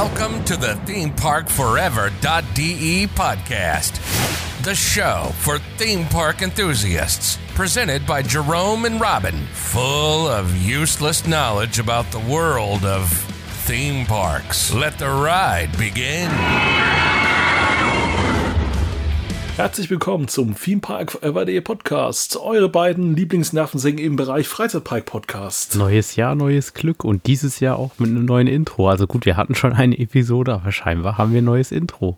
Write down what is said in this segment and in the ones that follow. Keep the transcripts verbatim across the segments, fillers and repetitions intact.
Welcome to the theme park forever dot d e podcast, the show for theme park enthusiasts, presented by Jerome and Robin, full of useless knowledge about the world of theme parks. Let the ride begin. Herzlich willkommen zum Theme Park forever dot d e Podcast, eure beiden Lieblingsnervensägen im Bereich Freizeitpark-Podcast. Neues Jahr, neues Glück und dieses Jahr auch mit einem neuen Intro. Also gut, wir hatten schon eine Episode, aber scheinbar haben wir ein neues Intro.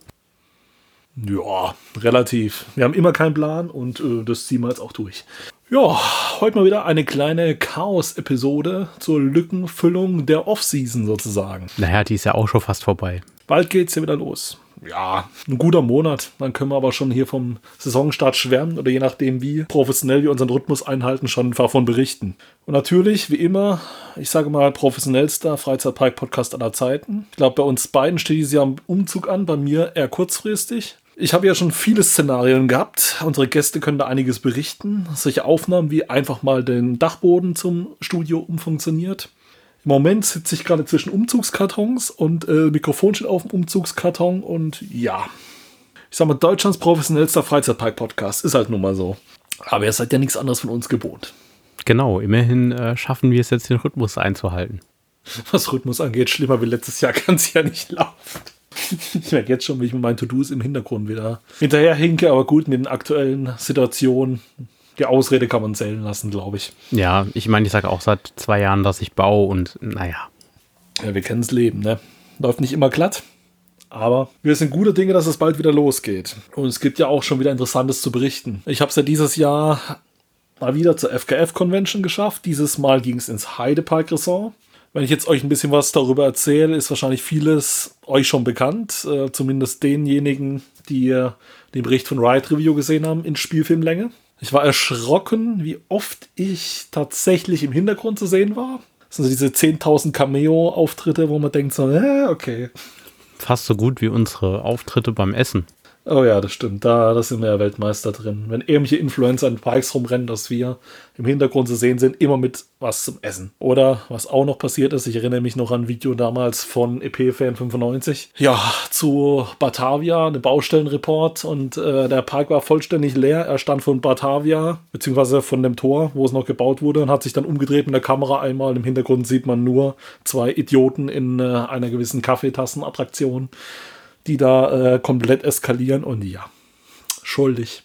Ja, relativ. Wir haben immer keinen Plan und äh, das ziehen wir jetzt auch durch. Ja, heute mal wieder eine kleine Chaos-Episode zur Lückenfüllung der Off-Season sozusagen. Naja, die ist ja auch schon fast vorbei. Bald geht's ja wieder los. Ja, ein guter Monat. Dann können wir aber schon hier vom Saisonstart schwärmen oder je nachdem, wie professionell wir unseren Rhythmus einhalten, schon davon berichten. Und natürlich, wie immer, ich sage mal, professionellster Freizeitpark-Podcast aller Zeiten. Ich glaube, bei uns beiden steht dieses Jahr ein Umzug an, bei mir eher kurzfristig. Ich habe ja schon viele Szenarien gehabt. Unsere Gäste können da einiges berichten. Solche Aufnahmen wie einfach mal den Dachboden zum Studio umfunktioniert. Im Moment sitze ich gerade zwischen Umzugskartons und äh, Mikrofon steht auf dem Umzugskarton und ja, ich sag mal, Deutschlands professionellster Freizeitpark-Podcast ist halt nun mal so. Aber ihr seid ja nichts anderes von uns gewohnt. Genau, immerhin äh, schaffen wir es jetzt, den Rhythmus einzuhalten. Was Rhythmus angeht, schlimmer wie letztes Jahr kann es ja nicht laufen. Ich merke jetzt schon, wie ich mit meinen To-Dos im Hintergrund wieder hinterherhinke, aber gut, mit den aktuellen Situationen. Die Ausrede kann man zählen lassen, glaube ich. Ja, ich meine, ich sage auch seit zwei Jahren, dass ich baue und naja. Ja, wir kennen das Leben, ne? Läuft nicht immer glatt, aber wir sind guter Dinge, dass es bald wieder losgeht. Und es gibt ja auch schon wieder Interessantes zu berichten. Ich habe es ja dieses Jahr mal wieder zur F K F-Convention geschafft. Dieses Mal ging es ins Heidepark-Ressort. Wenn ich jetzt euch ein bisschen was darüber erzähle, ist wahrscheinlich vieles euch schon bekannt. Äh, zumindest denjenigen, die äh, den Bericht von Ride Review gesehen haben in Spielfilmlänge. Ich war erschrocken, wie oft ich tatsächlich im Hintergrund zu sehen war. Das sind so diese zehntausend Cameo-Auftritte, wo man denkt so, äh, okay. Fast so gut wie unsere Auftritte beim Essen. Oh ja, das stimmt. Da, da sind wir ja Weltmeister drin. Wenn irgendwelche Influencer in Parks rumrennen, dass wir im Hintergrund zu sehen sind, immer mit was zum Essen. Oder was auch noch passiert ist, ich erinnere mich noch an ein Video damals von E P-Fan fünfundneunzig. Ja, zu Batavia, eine Baustellenreport und äh, der Park war vollständig leer. Er stand von Batavia, beziehungsweise von dem Tor, wo es noch gebaut wurde und hat sich dann umgedreht mit der Kamera einmal. Im Hintergrund sieht man nur zwei Idioten in äh, einer gewissen Kaffeetassen-Attraktion, die da äh, komplett eskalieren und ja, schuldig.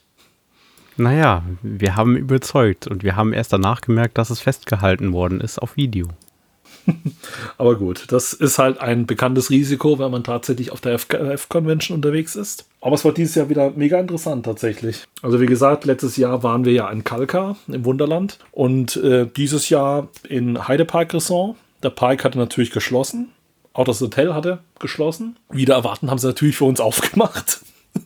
Naja, wir haben überzeugt und wir haben erst danach gemerkt, dass es festgehalten worden ist auf Video. Aber gut, das ist halt ein bekanntes Risiko, wenn man tatsächlich auf der F K F-Convention unterwegs ist. Aber es war dieses Jahr wieder mega interessant tatsächlich. Also wie gesagt, letztes Jahr waren wir ja in Kalka im Wunderland und äh, dieses Jahr in Heidepark Ressort. Der Park hatte natürlich geschlossen. Auch das Hotel hatte geschlossen. Wieder erwarten haben sie natürlich für uns aufgemacht.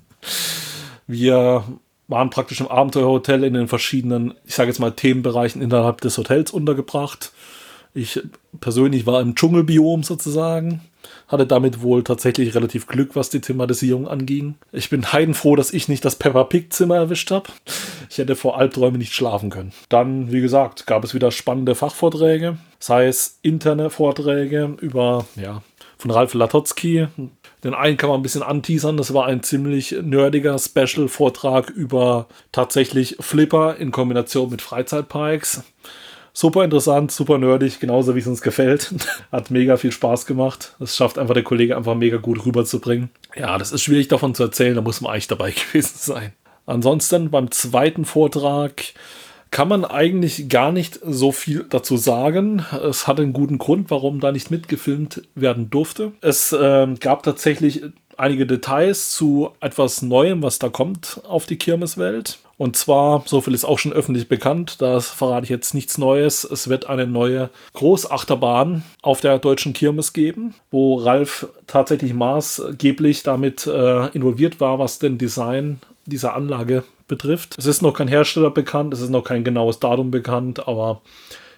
Wir waren praktisch im Abenteuerhotel in den verschiedenen, ich sage jetzt mal, Themenbereichen innerhalb des Hotels untergebracht. Ich persönlich war im Dschungelbiom sozusagen. Hatte damit wohl tatsächlich relativ Glück, was die Thematisierung anging. Ich bin heidenfroh, dass ich nicht das Peppa Pig Zimmer erwischt habe. Ich hätte vor Albträumen nicht schlafen können. Dann, wie gesagt, gab es wieder spannende Fachvorträge. Sei es interne Vorträge über, ja, von Ralf Latotzky. Den einen kann man ein bisschen anteasern. Das war ein ziemlich nerdiger Special-Vortrag über tatsächlich Flipper in Kombination mit Freizeitparks. Super interessant, super nerdig, genauso wie es uns gefällt. Hat mega viel Spaß gemacht. Das schafft einfach der Kollege einfach mega gut rüberzubringen. Ja, das ist schwierig davon zu erzählen, da muss man eigentlich dabei gewesen sein. Ansonsten beim zweiten Vortrag kann man eigentlich gar nicht so viel dazu sagen. Es hatte einen guten Grund, warum da nicht mitgefilmt werden durfte. Es äh, gab tatsächlich einige Details zu etwas Neuem, was da kommt auf die Kirmeswelt. Und zwar, so viel ist auch schon öffentlich bekannt, das verrate ich jetzt nichts Neues. Es wird eine neue Großachterbahn auf der deutschen Kirmes geben, wo Ralf tatsächlich maßgeblich damit äh, involviert war, was den Design dieser Anlage betrifft. Es ist noch kein Hersteller bekannt, es ist noch kein genaues Datum bekannt, aber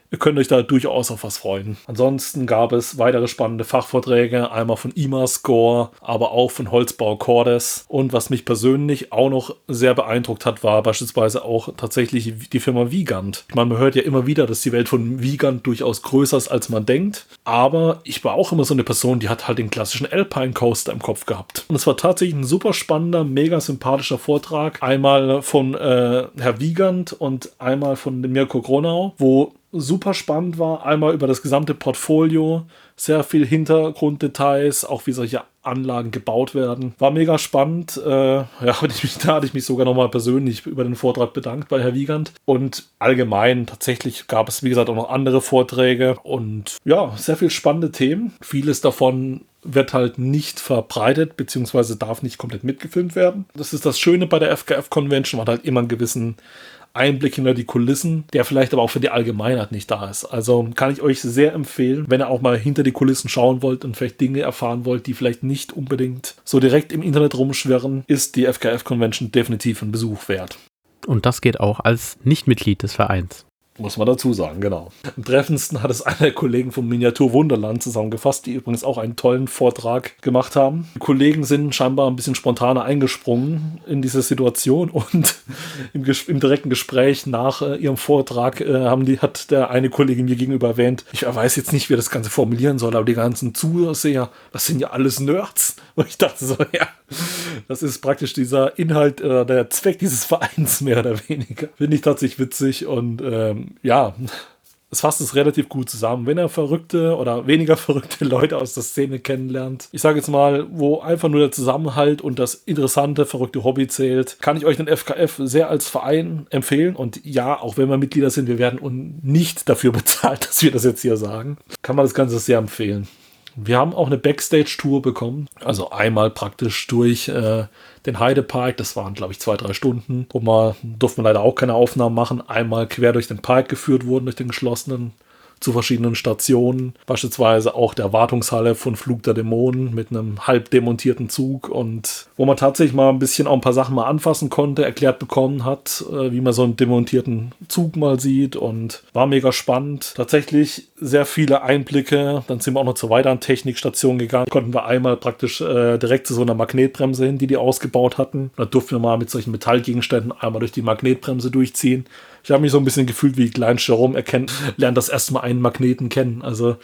ihr könnt euch da durchaus auf was freuen. Ansonsten gab es weitere spannende Fachvorträge, einmal von IMAScore, aber auch von Holzbau Cordes. Und was mich persönlich auch noch sehr beeindruckt hat, war beispielsweise auch tatsächlich die Firma Vigant. Ich meine, man hört ja immer wieder, dass die Welt von Vigant durchaus größer ist, als man denkt. Aber ich war auch immer so eine Person, die hat halt den klassischen Alpine Coaster im Kopf gehabt. Und es war tatsächlich ein super spannender, mega sympathischer Vortrag. Einmal von äh, Herr Vigant und einmal von Mirko Gronau, wo super spannend war, einmal über das gesamte Portfolio, sehr viel Hintergrunddetails, auch wie solche Anlagen gebaut werden. War mega spannend. Äh, ja, da hatte ich mich sogar nochmal persönlich über den Vortrag bedankt bei Herr Vigant. Und allgemein tatsächlich gab es, wie gesagt, auch noch andere Vorträge und ja, sehr viel spannende Themen. Vieles davon wird halt nicht verbreitet, beziehungsweise darf nicht komplett mitgefilmt werden. Das ist das Schöne bei der F K F-Convention, man hat halt immer einen gewissen Einblick hinter die Kulissen, der vielleicht aber auch für die Allgemeinheit nicht da ist. Also kann ich euch sehr empfehlen, wenn ihr auch mal hinter die Kulissen schauen wollt und vielleicht Dinge erfahren wollt, die vielleicht nicht unbedingt so direkt im Internet rumschwirren, ist die F K F-Convention definitiv ein Besuch wert. Und das geht auch als Nichtmitglied des Vereins. Muss man dazu sagen, genau. Am treffendsten hat es einer der Kollegen vom Miniatur Wunderland zusammengefasst, die übrigens auch einen tollen Vortrag gemacht haben. Die Kollegen sind scheinbar ein bisschen spontaner eingesprungen in diese Situation und im, ges- im direkten Gespräch nach äh, ihrem Vortrag äh, haben die, hat der eine Kollege mir gegenüber erwähnt, ich weiß jetzt nicht, wie er das Ganze formulieren soll, aber die ganzen Zuseher, das sind ja alles Nerds. Und ich dachte so, ja, das ist praktisch dieser Inhalt, äh, der Zweck dieses Vereins mehr oder weniger. Finde ich tatsächlich witzig und ähm, ja, es fasst es relativ gut zusammen. Wenn ihr verrückte oder weniger verrückte Leute aus der Szene kennenlernt, ich sage jetzt mal, wo einfach nur der Zusammenhalt und das interessante, verrückte Hobby zählt, kann ich euch den F K F sehr als Verein empfehlen. Und ja, auch wenn wir Mitglieder sind, wir werden nicht dafür bezahlt, dass wir das jetzt hier sagen, kann man das Ganze sehr empfehlen. Wir haben auch eine Backstage-Tour bekommen, also einmal praktisch durch äh, den Heidepark, das waren glaube ich zwei, drei Stunden, wo man, durfte man leider auch keine Aufnahmen machen, einmal quer durch den Park geführt wurden, durch den geschlossenen, zu verschiedenen Stationen, beispielsweise auch der Wartungshalle von Flug der Dämonen mit einem halb demontierten Zug und wo man tatsächlich mal ein bisschen auch ein paar Sachen mal anfassen konnte, erklärt bekommen hat, wie man so einen demontierten Zug mal sieht und war mega spannend. Tatsächlich sehr viele Einblicke, dann sind wir auch noch zur weiteren Technikstation gegangen, konnten wir einmal praktisch äh, direkt zu so einer Magnetbremse hin, die die ausgebaut hatten. Da durften wir mal mit solchen Metallgegenständen einmal durch die Magnetbremse durchziehen. Ich habe mich so ein bisschen gefühlt wie Klein Jerome, er kennt, lernt das erste Mal einen Magneten kennen. Also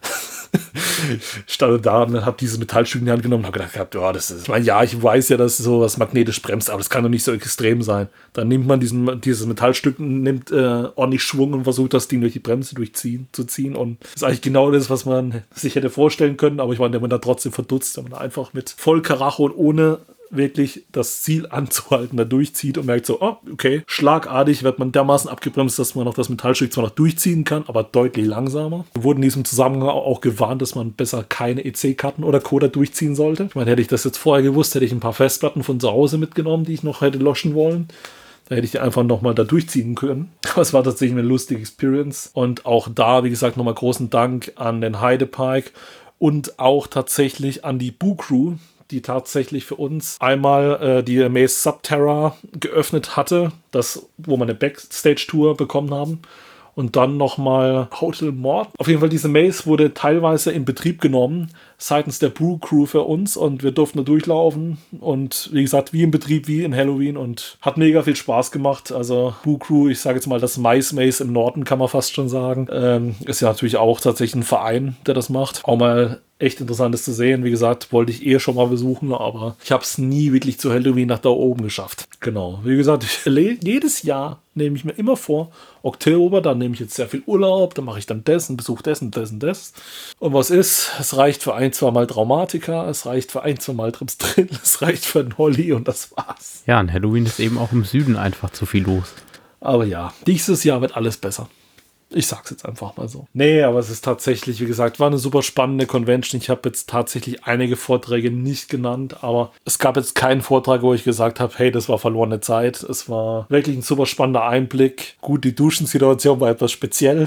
ich stand da und habe dieses Metallstück in die Hand genommen und habe gedacht, ja, das ist, ich meine, ja, ich weiß ja, dass sowas magnetisch bremst, aber das kann doch nicht so extrem sein. Dann nimmt man diesen, dieses Metallstück, nimmt äh, ordentlich Schwung und versucht, das Ding durch die Bremse durchziehen, zu ziehen. Und das ist eigentlich genau das, was man sich hätte vorstellen können, aber ich meine, wenn man da trotzdem verdutzt, wenn man einfach mit voll Karacho und ohne wirklich das Ziel anzuhalten, da durchzieht und merkt so, oh, okay, schlagartig wird man dermaßen abgebremst, dass man noch das Metallstück zwar noch durchziehen kann, aber deutlich langsamer. Wir wurden in diesem Zusammenhang auch gewarnt, dass man besser keine E C-Karten oder Coder durchziehen sollte. Ich meine, hätte ich das jetzt vorher gewusst, hätte ich ein paar Festplatten von zu Hause mitgenommen, die ich noch hätte löschen wollen. Da hätte ich die einfach nochmal da durchziehen können. Aber es war tatsächlich eine lustige Experience. Und auch da, wie gesagt, nochmal großen Dank an den Heidepark und auch tatsächlich an die Boo Crew, die tatsächlich für uns einmal äh, die Maze Subterra geöffnet hatte, das, wo wir eine Backstage-Tour bekommen haben. Und dann nochmal Hotel Mord. Auf jeden Fall, diese Maze wurde teilweise in Betrieb genommen seitens der Brew Crew für uns und wir durften da durchlaufen und wie gesagt, wie im Betrieb, wie in Halloween und hat mega viel Spaß gemacht. Also Brew Crew, ich sage jetzt mal das Mais Maze im Norden, kann man fast schon sagen, ähm, ist ja natürlich auch tatsächlich ein Verein, der das macht. Auch mal echt Interessantes zu sehen. Wie gesagt, wollte ich eh schon mal besuchen, aber ich habe es nie wirklich zu Halloween nach da oben geschafft. Genau. Wie gesagt, ich, jedes Jahr nehme ich mir immer vor, Oktober, dann nehme ich jetzt sehr viel Urlaub, dann mache ich dann das und besuche das und das und das. Und was ist? Es reicht für ein, zwei Mal Traumatika, es reicht für ein, zwei Mal Trips drin, es reicht für ein Holly und das war's. Ja, in Halloween ist eben auch im Süden einfach zu viel los. Aber ja, dieses Jahr wird alles besser. Ich sag's jetzt einfach mal so. Nee, aber es ist tatsächlich, wie gesagt, war eine super spannende Convention. Ich habe jetzt tatsächlich einige Vorträge nicht genannt, aber es gab jetzt keinen Vortrag, wo ich gesagt habe, hey, das war verlorene Zeit. Es war wirklich ein super spannender Einblick. Gut, die Duschensituation war etwas speziell.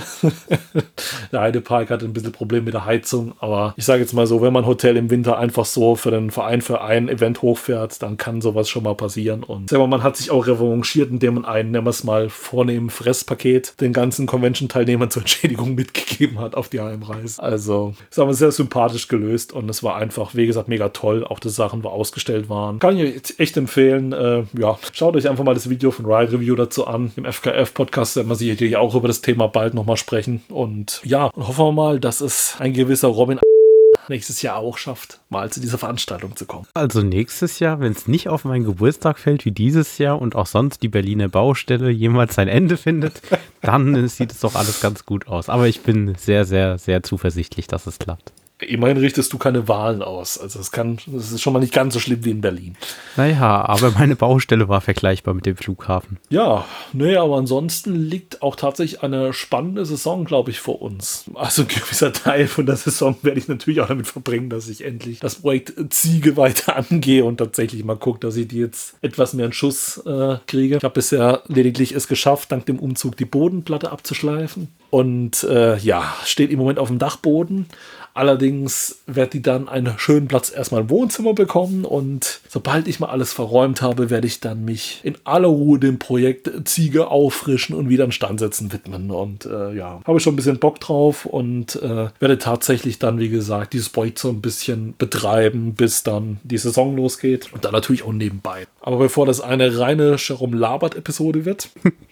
Der Heidepark hatte ein bisschen Probleme mit der Heizung, aber ich sage jetzt mal so, wenn man ein Hotel im Winter einfach so für den Verein für ein Event hochfährt, dann kann sowas schon mal passieren. Und selber man hat sich auch revanchiert, indem man ein, nennen wir es mal, vornehmen Fresspaket den ganzen Convention Teilnehmern zur Entschädigung mitgegeben hat auf die Heimreise. Also, das haben wir sehr sympathisch gelöst und es war einfach, wie gesagt, mega toll. Auch die Sachen, wo ausgestellt waren. Kann ich euch echt empfehlen. Äh, ja, schaut euch einfach mal das Video von Ride Review dazu an. Im F K F-Podcast werden wir sicherlich auch über das Thema bald nochmal sprechen. Und ja, und hoffen wir mal, dass es ein gewisser Robin nächstes Jahr auch schafft, mal zu dieser Veranstaltung zu kommen. Also nächstes Jahr, wenn es nicht auf meinen Geburtstag fällt wie dieses Jahr und auch sonst die Berliner Baustelle jemals sein Ende findet, dann sieht es doch alles ganz gut aus. Aber ich bin sehr, sehr, sehr zuversichtlich, dass es klappt. Immerhin richtest du keine Wahlen aus. Also es kann, das ist schon mal nicht ganz so schlimm wie in Berlin. Naja, aber meine Baustelle war vergleichbar mit dem Flughafen. Ja, nee, aber ansonsten liegt auch tatsächlich eine spannende Saison, glaube ich, vor uns. Also ein gewisser Teil von der Saison werde ich natürlich auch damit verbringen, dass ich endlich das Projekt Ziege weiter angehe und tatsächlich mal gucke, dass ich die jetzt etwas mehr in Schuss äh, kriege. Ich habe bisher lediglich es geschafft, dank dem Umzug die Bodenplatte abzuschleifen. Und äh, ja, steht im Moment auf dem Dachboden. Allerdings wird die dann einen schönen Platz erstmal im Wohnzimmer bekommen und sobald ich mal alles verräumt habe, werde ich dann mich in aller Ruhe dem Projekt Ziege auffrischen und wieder instand setzen widmen. Und äh, ja, habe schon ein bisschen Bock drauf und äh, werde tatsächlich dann, wie gesagt, dieses Projekt so ein bisschen betreiben, bis dann die Saison losgeht und dann natürlich auch nebenbei. Aber bevor das eine reine Jerome Labert-Episode wird,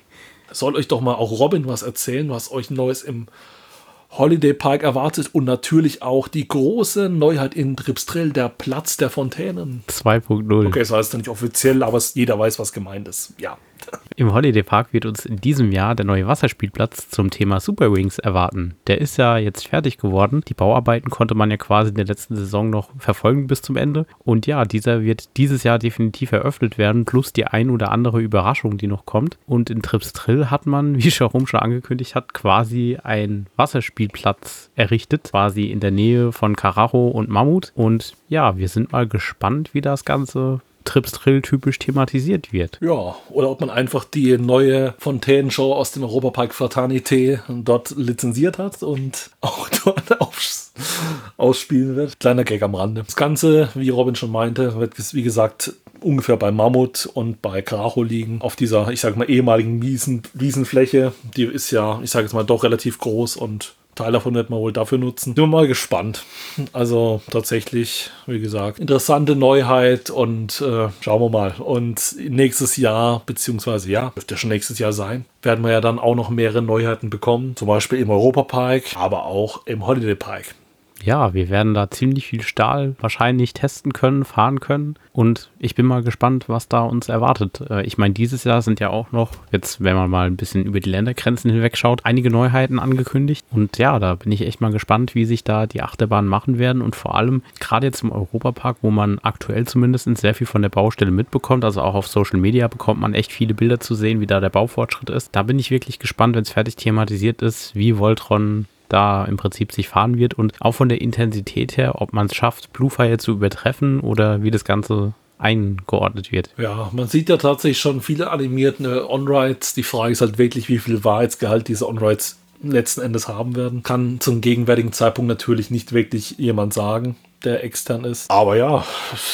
soll euch doch mal auch Robin was erzählen, was euch Neues im Holiday Park erwartet und natürlich auch die große Neuheit in Tripsdrill, der Platz der Fontänen. zwei Punkt null. Okay, das heißt nicht offiziell, aber es, jeder weiß, was gemeint ist. Ja. Im Holiday Park wird uns in diesem Jahr der neue Wasserspielplatz zum Thema Super Wings erwarten. Der ist ja jetzt fertig geworden. Die Bauarbeiten konnte man ja quasi in der letzten Saison noch verfolgen bis zum Ende. Und ja, dieser wird dieses Jahr definitiv eröffnet werden, plus die ein oder andere Überraschung, die noch kommt. Und in Tripsdrill hat man, wie Jerome schon angekündigt hat, quasi einen Wasserspielplatz errichtet, quasi in der Nähe von Karacho und Mammut. Und ja, wir sind mal gespannt, wie das Ganze Tripsdrill typisch thematisiert wird. Ja, oder ob man einfach die neue Fontänenshow aus dem Europapark Fraternité dort lizenziert hat und auch dort aufs, ausspielen wird. Kleiner Gag am Rande. Das Ganze, wie Robin schon meinte, wird wie gesagt ungefähr bei Mammut und bei Karacho liegen. Auf dieser, ich sage mal, ehemaligen Wiesen, Wiesenfläche. Die ist ja, ich sage jetzt mal, doch relativ groß und Teil davon wird man wohl dafür nutzen. Sind wir mal gespannt. Also tatsächlich, wie gesagt, interessante Neuheit und äh, schauen wir mal. Und nächstes Jahr, beziehungsweise ja, dürfte ja schon nächstes Jahr sein, werden wir ja dann auch noch mehrere Neuheiten bekommen. Zum Beispiel im Europapark, aber auch im Holiday Park. Ja, wir werden da ziemlich viel Stahl wahrscheinlich testen können, fahren können und ich bin mal gespannt, was da uns erwartet. Ich meine, dieses Jahr sind ja auch noch, jetzt wenn man mal ein bisschen über die Ländergrenzen hinweg schaut, einige Neuheiten angekündigt und ja, da bin ich echt mal gespannt, wie sich da die Achterbahnen machen werden und vor allem gerade jetzt im Europapark, wo man aktuell zumindest sehr viel von der Baustelle mitbekommt, also auch auf Social Media bekommt man echt viele Bilder zu sehen, wie da der Baufortschritt ist. Da bin ich wirklich gespannt, wenn es fertig thematisiert ist, wie Voltron da im Prinzip sich fahren wird und auch von der Intensität her, ob man es schafft, Bluefire zu übertreffen oder wie das Ganze eingeordnet wird. Ja, man sieht ja tatsächlich schon viele animierte On-Rides. Die Frage ist halt wirklich, wie viel Wahrheitsgehalt diese On-Rides letzten Endes haben werden. Kann zum gegenwärtigen Zeitpunkt natürlich nicht wirklich jemand sagen, der extern ist. Aber ja,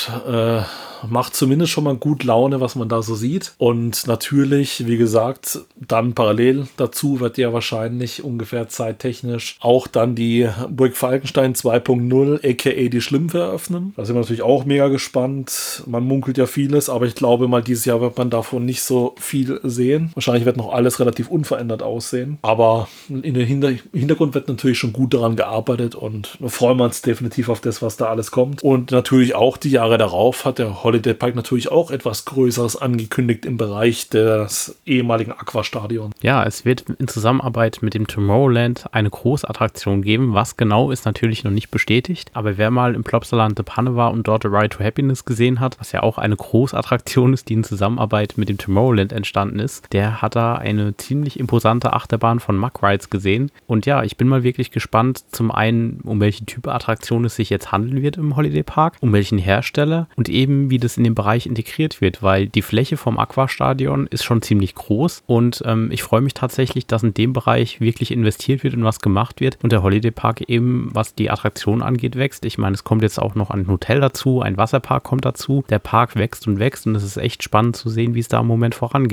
äh, macht zumindest schon mal gut Laune, was man da so sieht. Und natürlich, wie gesagt, dann parallel dazu wird ja wahrscheinlich ungefähr zeittechnisch auch dann die Burg Falkenstein zwei Punkt null, aka die Schlümpfe eröffnen. Da sind wir natürlich auch mega gespannt. Man munkelt ja vieles, aber ich glaube mal, dieses Jahr wird man davon nicht so viel sehen. Wahrscheinlich wird noch alles relativ unverändert aussehen. Aber in den Hinter- Hintergrund wird natürlich schon gut daran gearbeitet und wir freuen uns definitiv auf das, was da alles kommt. Und natürlich auch die Jahre darauf hat der Holiday Park natürlich auch etwas Größeres angekündigt im Bereich des ehemaligen Aquastadions. Ja, es wird in Zusammenarbeit mit dem Tomorrowland eine Großattraktion geben. Was genau ist natürlich noch nicht bestätigt, aber wer mal im Plopsaland de Panne war und dort The Ride to Happiness gesehen hat, was ja auch eine Großattraktion ist, die in Zusammenarbeit mit dem Tomorrowland entstanden ist, der hat da eine ziemlich imposante Achterbahn von Mack Rides gesehen. Und ja, ich bin mal wirklich gespannt, zum einen, um welche Typ Attraktion es sich jetzt handeln wird im Holiday Park, um welchen Hersteller und eben, wie das in den Bereich integriert wird, weil die Fläche vom Aquastadion ist schon ziemlich groß und ähm, ich freue mich tatsächlich, dass in dem Bereich wirklich investiert wird und was gemacht wird und der Holiday Park eben, was die Attraktion angeht, wächst. Ich meine, es kommt jetzt auch noch ein Hotel dazu, ein Wasserpark kommt dazu, der Park wächst und wächst und es ist echt spannend zu sehen, wie es da im Moment vorangeht.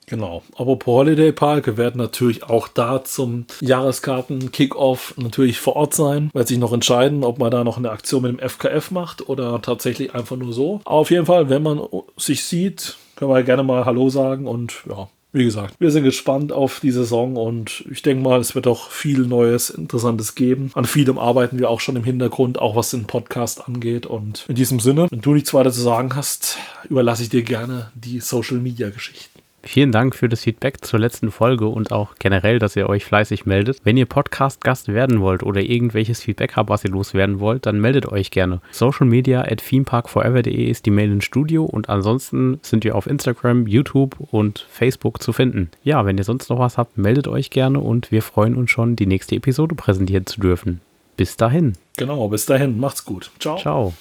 Genau. Apropos Holiday Park, wir werden natürlich auch da zum Jahreskarten-Kick-Off natürlich vor Ort sein. Wird sich noch entscheiden, ob man da noch eine Aktion mit dem F K F macht oder tatsächlich einfach nur so. Aber auf jeden Fall, wenn man sich sieht, können wir gerne mal Hallo sagen und ja, wie gesagt, wir sind gespannt auf die Saison und ich denke mal, es wird auch viel Neues, Interessantes geben. An vielem arbeiten wir auch schon im Hintergrund, auch was den Podcast angeht. Und in diesem Sinne, wenn du nichts weiter zu sagen hast, überlasse ich dir gerne die Social-Media-Geschichten. Vielen Dank für das Feedback zur letzten Folge und auch generell, dass ihr euch fleißig meldet. Wenn ihr Podcast-Gast werden wollt oder irgendwelches Feedback habt, was ihr loswerden wollt, dann meldet euch gerne. Social Media at theme park forever dot de ist die Mail ins Studio und ansonsten sind wir auf Instagram, YouTube und Facebook zu finden. Ja, wenn ihr sonst noch was habt, meldet euch gerne und wir freuen uns schon, die nächste Episode präsentieren zu dürfen. Bis dahin. Genau, bis dahin. Macht's gut. Ciao. Ciao.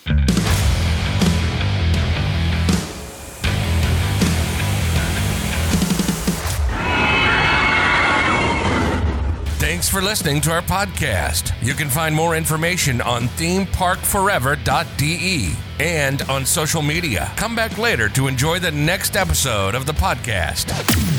Thanks for listening to our podcast. You can find more information on theme park forever dot de and on social media. Come back later to enjoy the next episode of the podcast.